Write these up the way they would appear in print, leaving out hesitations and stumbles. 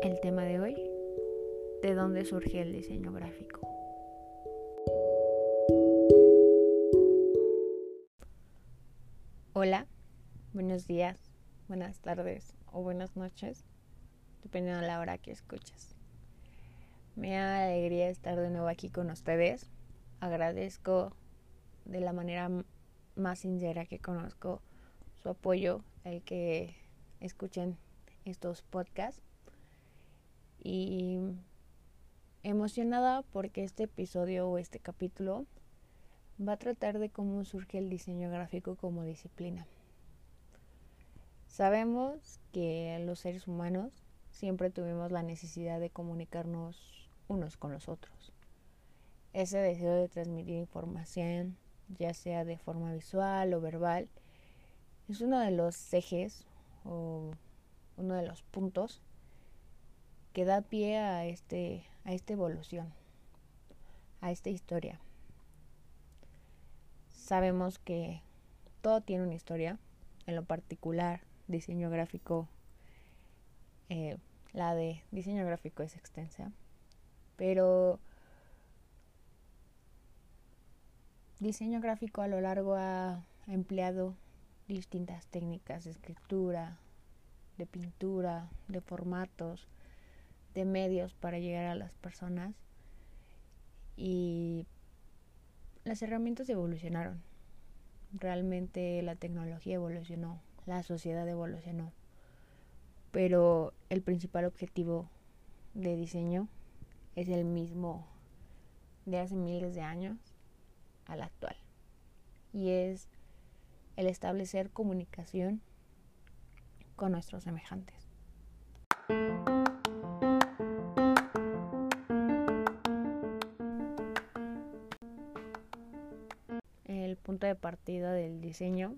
El tema de hoy, ¿de dónde surge el diseño gráfico? Hola, buenos días, buenas tardes o buenas noches, dependiendo de la hora que escuches. Me da alegría estar de nuevo aquí con ustedes. Agradezco de la manera más sincera que conozco su apoyo, el que escuchen estos podcasts. Y emocionada porque este episodio o este capítulo va a tratar de cómo surge el diseño gráfico como disciplina. Sabemos que los seres humanos siempre tuvimos la necesidad de comunicarnos unos con los otros. Ese deseo de transmitir información, ya sea de forma visual o verbal, es uno de los ejes o uno de los puntos que da pie a esta evolución, a esta historia. Sabemos que todo tiene una historia, en lo particular diseño gráfico, la de diseño gráfico es extensa, pero diseño gráfico a lo largo ha empleado distintas técnicas de escritura, de pintura, de formatos, de medios para llegar a las personas, y las herramientas evolucionaron. Realmente la tecnología evolucionó, la sociedad evolucionó, pero el principal objetivo de diseño es el mismo de hace miles de años al actual, y es el establecer comunicación con nuestros semejantes. El punto de partida del diseño,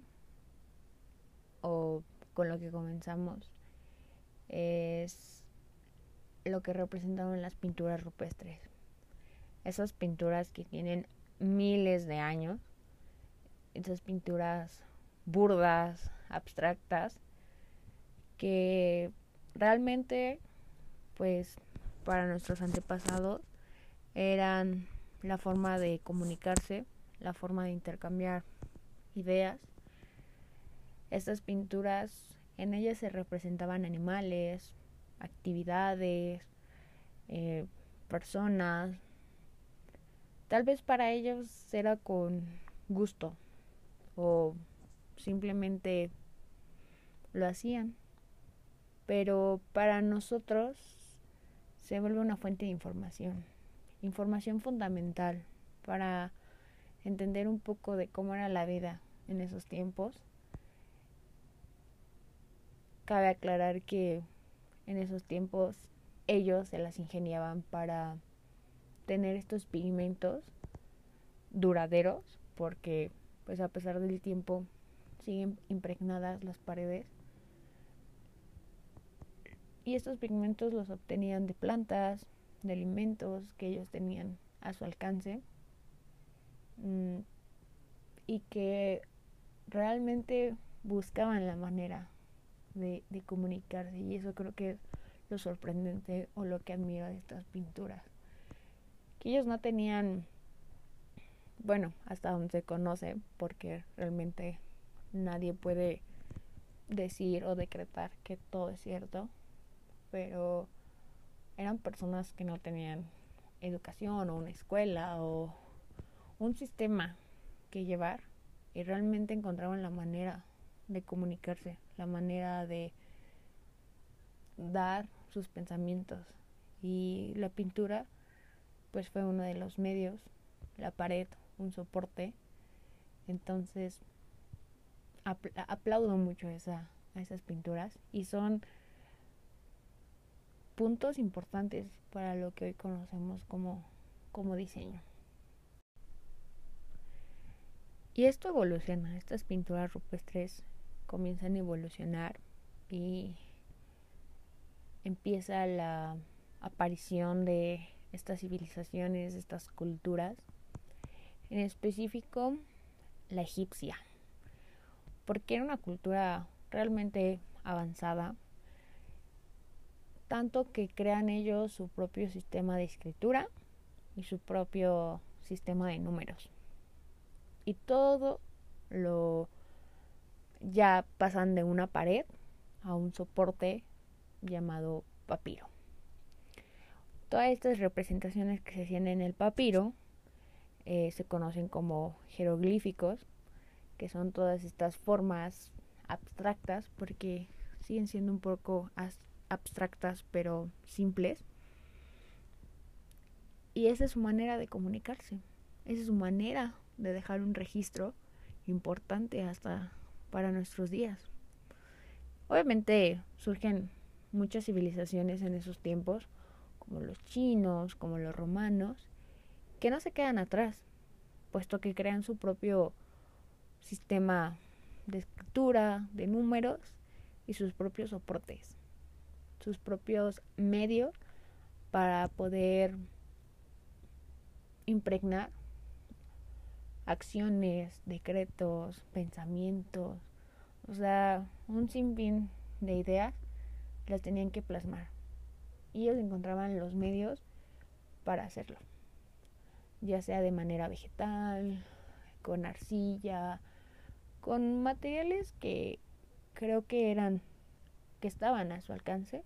o con lo que comenzamos, es lo que representaron las pinturas rupestres. Esas pinturas que tienen miles de años, esas pinturas burdas, abstractas, que realmente, pues, para nuestros antepasados eran la forma de comunicarse, la forma de intercambiar ideas. Estas pinturas, en ellas se representaban animales, actividades, personas. Tal vez para ellos era con gusto o simplemente lo hacían, pero para nosotros se vuelve una fuente de información fundamental para entender un poco de cómo era la vida en esos tiempos. Cabe aclarar que en esos tiempos ellos se las ingeniaban para tener estos pigmentos duraderos, porque pues a pesar del tiempo siguen impregnadas las paredes, y estos pigmentos los obtenían de plantas, de alimentos que ellos tenían a su alcance, y que realmente buscaban la manera de comunicarse, y eso creo que es lo sorprendente o lo que admiro de estas pinturas, que ellos no tenían, bueno, hasta donde se conoce, porque realmente nadie puede decir o decretar que todo es cierto, pero eran personas que no tenían educación o una escuela o un sistema que llevar, y realmente encontraban la manera de comunicarse, la manera de dar sus pensamientos, y la pintura pues fue uno de los medios, la pared un soporte. Entonces aplaudo mucho a esas pinturas, y son puntos importantes para lo que hoy conocemos como diseño. Y esto evoluciona, estas pinturas rupestres comienzan a evolucionar y empieza la aparición de estas civilizaciones, de estas culturas, en específico la egipcia, porque era una cultura realmente avanzada. tanto que crean ellos su propio sistema de escritura y su propio sistema de números. Y todo lo ya pasan de una pared a un soporte llamado papiro. Todas estas representaciones que se hacían en el papiro se conocen como jeroglíficos, que son todas estas formas abstractas, porque siguen siendo un poco abstractas pero simples. Y esa es su manera de comunicarse, esa es su manera de dejar un registro importante hasta para nuestros días. Obviamente surgen muchas civilizaciones en esos tiempos, como los chinos, como los romanos, que no se quedan atrás, puesto que crean su propio sistema de escritura, de números y sus propios soportes, sus propios medios para poder impregnar acciones, decretos, pensamientos, o sea, un sinfín de ideas las tenían que plasmar. Y ellos encontraban los medios para hacerlo, ya sea de manera vegetal, con arcilla, con materiales que creo que estaban a su alcance,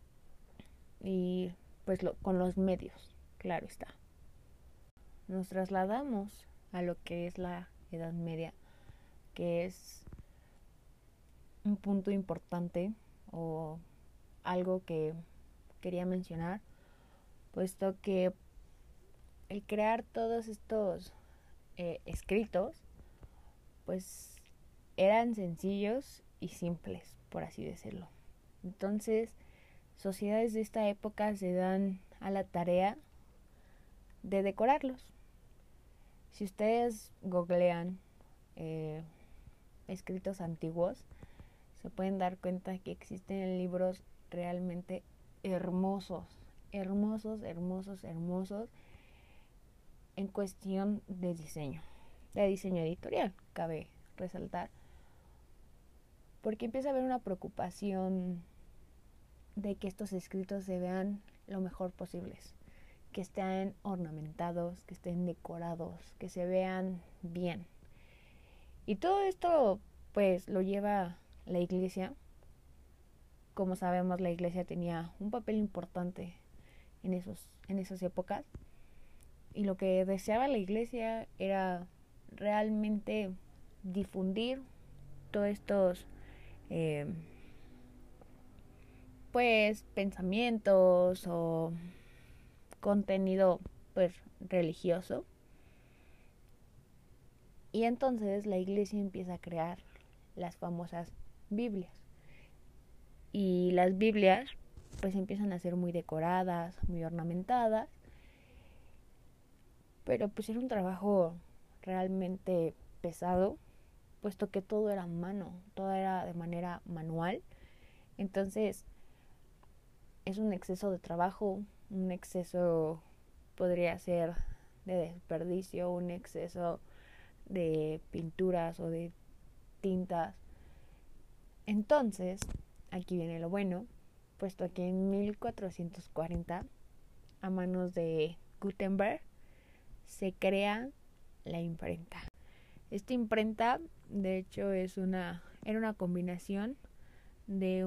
y pues con los medios, claro está. Nos trasladamos a lo que es la Edad Media, que es un punto importante o algo que quería mencionar, puesto que el crear todos estos escritos pues eran sencillos y simples, por así decirlo. Entonces, sociedades de esta época se dan a la tarea de decorarlos. Si ustedes googlean escritos antiguos, se pueden dar cuenta que existen libros realmente hermosos, hermosos, hermosos, hermosos en cuestión de diseño editorial, cabe resaltar, porque empieza a haber una preocupación de que estos escritos se vean lo mejor posibles, que estén ornamentados, que estén decorados, que se vean bien. Y todo esto pues lo lleva la iglesia. Como sabemos, la iglesia tenía un papel importante en esas épocas, y lo que deseaba la iglesia era realmente difundir todos estos pues pensamientos o contenido pues religioso. Y entonces la iglesia empieza a crear las famosas Biblias, y las Biblias pues empiezan a ser muy decoradas, muy ornamentadas, pero pues era un trabajo realmente pesado, puesto que todo era a mano, todo era de manera manual. Entonces es un exceso de trabajo, un exceso podría ser de desperdicio, un exceso de pinturas o de tintas. Entonces, aquí viene lo bueno, puesto que en 1440, a manos de Gutenberg, se crea la imprenta. Esta imprenta, de hecho, era una combinación de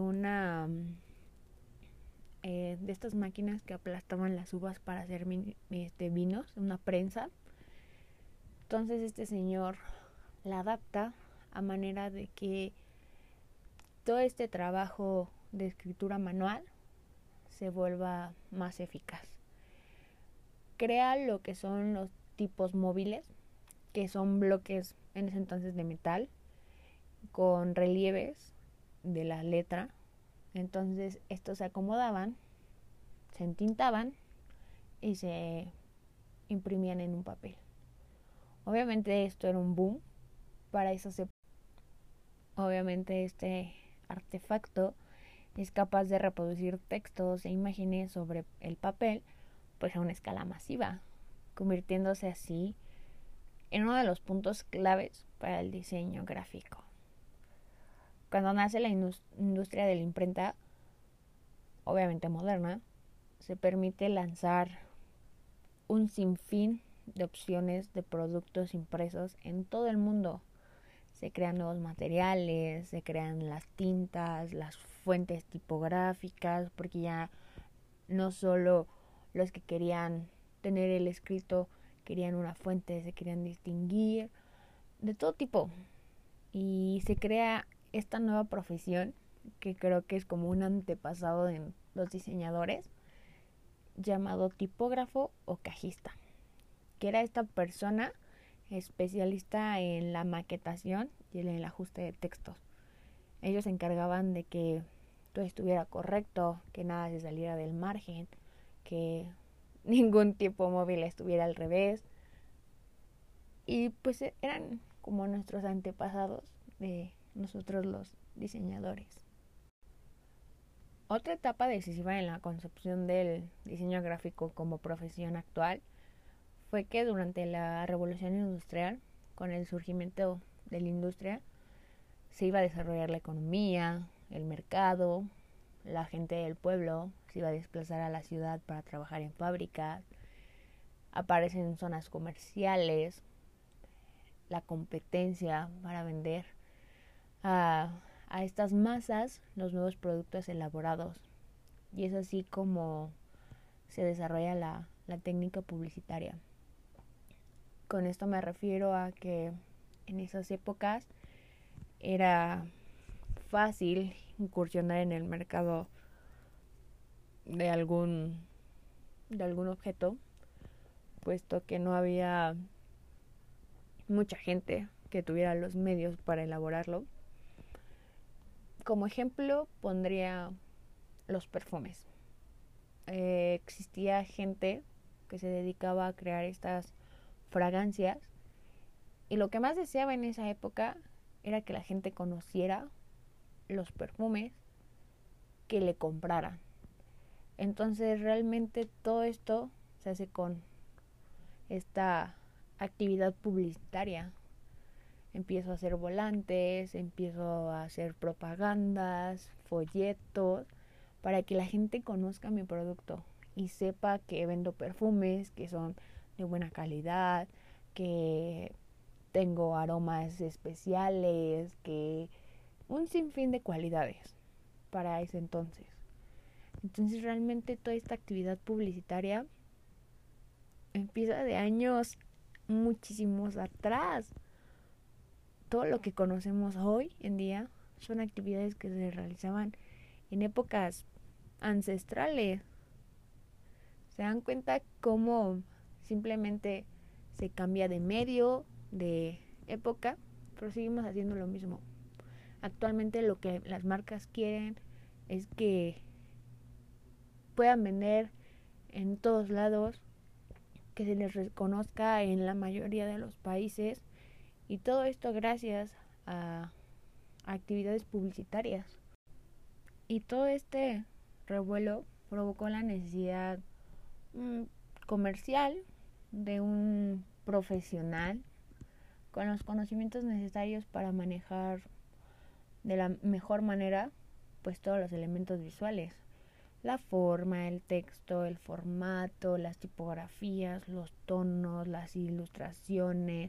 de estas máquinas que aplastaban las uvas para hacer vinos, una prensa. Entonces este señor la adapta a manera de que todo este trabajo de escritura manual se vuelva más eficaz. Crea lo que son los tipos móviles, que son bloques en ese entonces de metal con relieves de la letra. Entonces estos se acomodaban, se entintaban y se imprimían en un papel. Obviamente esto era un boom para esas épocas. Obviamente este artefacto es capaz de reproducir textos e imágenes sobre el papel pues a una escala masiva, convirtiéndose así en uno de los puntos claves para el diseño gráfico. Cuando nace la industria de la imprenta, obviamente moderna, se permite lanzar un sinfín de opciones de productos impresos en todo el mundo. Se crean nuevos materiales, se crean las tintas, las fuentes tipográficas, porque ya no solo los que querían tener el escrito querían una fuente, se querían distinguir, de todo tipo. Y se crea esta nueva profesión, que creo que es como un antepasado de los diseñadores, llamado tipógrafo o cajista, que era esta persona especialista en la maquetación y en el ajuste de textos. Ellos se encargaban de que todo estuviera correcto, que nada se saliera del margen, que ningún tipo móvil estuviera al revés. Y pues eran como nuestros antepasados de nosotros los diseñadores. Otra etapa decisiva en la concepción del diseño gráfico como profesión actual fue que durante la revolución industrial, con el surgimiento de la industria, se iba a desarrollar la economía, el mercado, la gente del pueblo se iba a desplazar a la ciudad para trabajar en fábricas, aparecen zonas comerciales, la competencia para vender a estas masas los nuevos productos elaborados. Y es así como se desarrolla la técnica publicitaria. Con esto me refiero a que en esas épocas era fácil incursionar en el mercado de algún objeto, puesto que no había mucha gente que tuviera los medios para elaborarlo. Como ejemplo pondría los perfumes. Existía gente que se dedicaba a crear estas fragancias, y lo que más deseaba en esa época era que la gente conociera los perfumes que le compraran. Entonces realmente todo esto se hace con esta actividad publicitaria. Empiezo a hacer volantes, empiezo a hacer propagandas, folletos, para que la gente conozca mi producto y sepa que vendo perfumes que son de buena calidad, que tengo aromas especiales, que un sinfín de cualidades para ese entonces. Entonces realmente toda esta actividad publicitaria empieza de años muchísimos atrás. Todo lo que conocemos hoy en día son actividades que se realizaban en épocas ancestrales. Se dan cuenta cómo simplemente se cambia de medio, de época, pero seguimos haciendo lo mismo. Actualmente lo que las marcas quieren es que puedan vender en todos lados, que se les reconozca en la mayoría de los países, y todo esto gracias a actividades publicitarias. Y todo este revuelo provocó la necesidad comercial de un profesional con los conocimientos necesarios para manejar de la mejor manera pues todos los elementos visuales: la forma, el texto, el formato, las tipografías, los tonos, las ilustraciones,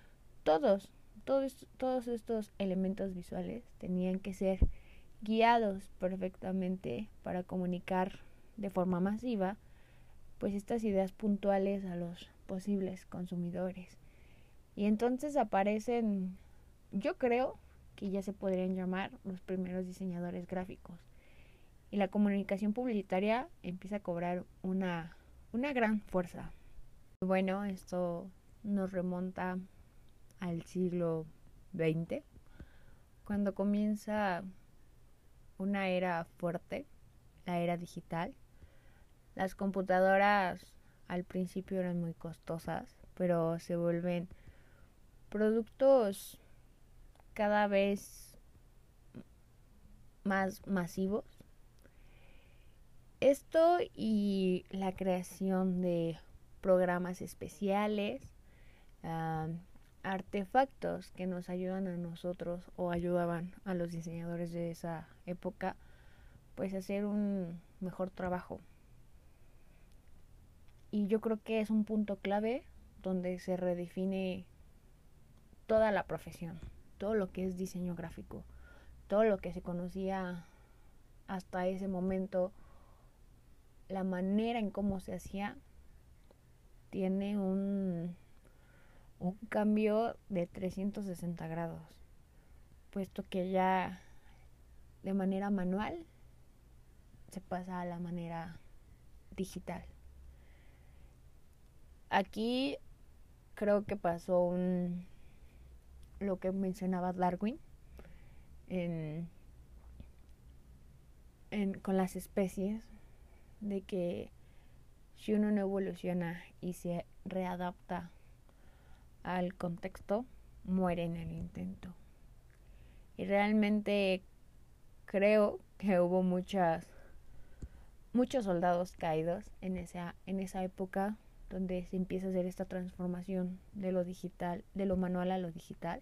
todos estos elementos visuales tenían que ser guiados perfectamente para comunicar de forma masiva pues estas ideas puntuales a los posibles consumidores. Y entonces aparecen, yo creo que ya se podrían llamar los primeros diseñadores gráficos. Y la comunicación publicitaria empieza a cobrar una gran fuerza. Bueno, esto nos remonta al siglo XX, cuando comienza una era fuerte, la era digital. Las computadoras al principio eran muy costosas, pero se vuelven productos cada vez más masivos. Esto y la creación de programas especiales, artefactos que nos ayudan a nosotros o ayudaban a los diseñadores de esa época pues hacer un mejor trabajo. Y yo creo que es un punto clave donde se redefine toda la profesión, todo lo que es diseño gráfico, todo lo que se conocía hasta ese momento, la manera en cómo se hacía, tiene un cambio de 360 grados, puesto que ya de manera manual se pasa a la manera digital. Aquí creo que pasó lo que mencionaba Darwin con las especies, de que si uno no evoluciona y se readapta al contexto, muere en el intento. Y realmente creo que hubo muchos soldados caídos en esa época donde se empieza a hacer esta transformación de lo digital, de lo manual a lo digital.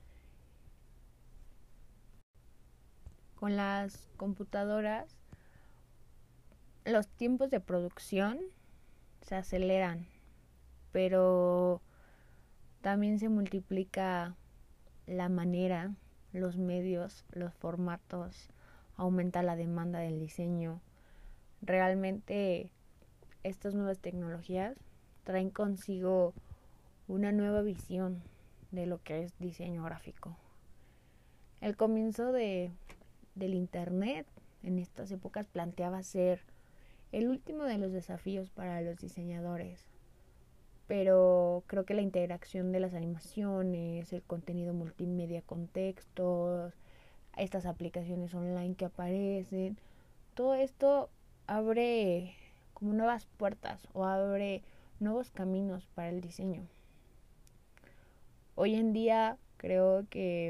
Con las computadoras, los tiempos de producción se aceleran, pero también se multiplica la manera, los medios, los formatos, aumenta la demanda del diseño. Realmente estas nuevas tecnologías traen consigo una nueva visión de lo que es diseño gráfico. El comienzo del internet en estas épocas planteaba ser el último de los desafíos para los diseñadores, pero creo que la interacción de las animaciones, el contenido multimedia con textos, estas aplicaciones online que aparecen, todo esto abre como nuevas puertas o abre nuevos caminos para el diseño. Hoy en día creo que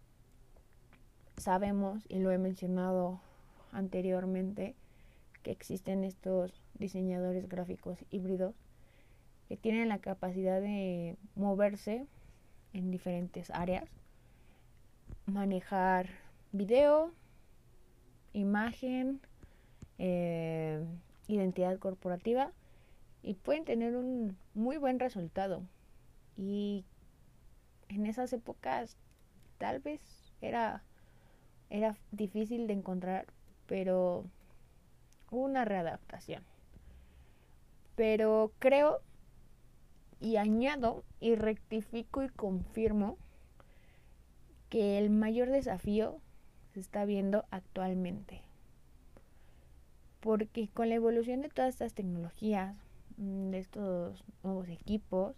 sabemos, y lo he mencionado anteriormente, que existen estos diseñadores gráficos híbridos que tienen la capacidad de moverse en diferentes áreas, manejar video, imagen, identidad corporativa, y pueden tener un muy buen resultado. Y en esas épocas tal vez era difícil de encontrar, pero hubo una readaptación. Pero creo y añado y rectifico y confirmo que el mayor desafío se está viendo actualmente, porque con la evolución de todas estas tecnologías, de estos nuevos equipos,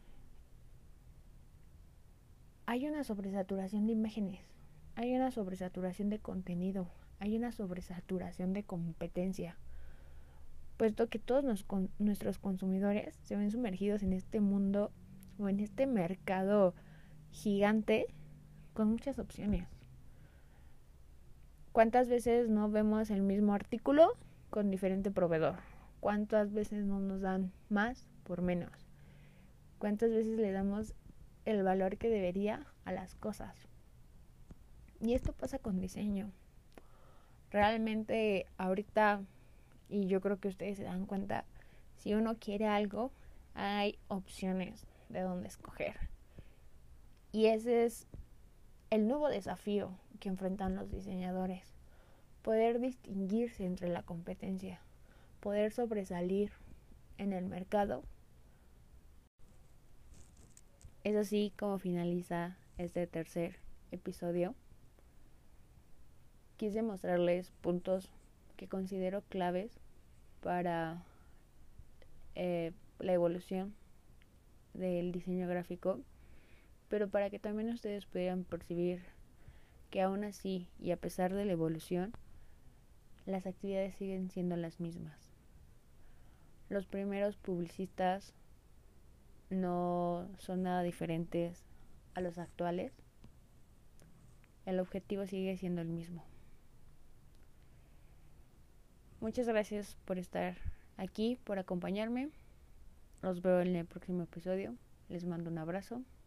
hay una sobresaturación de imágenes, hay una sobresaturación de contenido, hay una sobresaturación de competencia, puesto que todos nuestros consumidores se ven sumergidos en este mundo o en este mercado gigante con muchas opciones. ¿Cuántas veces no vemos el mismo artículo con diferente proveedor? ¿Cuántas veces no nos dan más por menos? ¿Cuántas veces le damos el valor que debería a las cosas? Y esto pasa con diseño. Realmente ahorita, y yo creo que ustedes se dan cuenta, si uno quiere algo, hay opciones de dónde escoger. Y ese es el nuevo desafío que enfrentan los diseñadores. Poder distinguirse entre la competencia, poder sobresalir en el mercado. Es así como finaliza este tercer episodio. Quise mostrarles puntos que considero claves para la evolución del diseño gráfico, pero para que también ustedes pudieran percibir que aún así y a pesar de la evolución, las actividades siguen siendo las mismas. Los primeros publicistas no son nada diferentes a los actuales. El objetivo sigue siendo el mismo. Muchas gracias por estar aquí, por acompañarme. Los veo en el próximo episodio. Les mando un abrazo.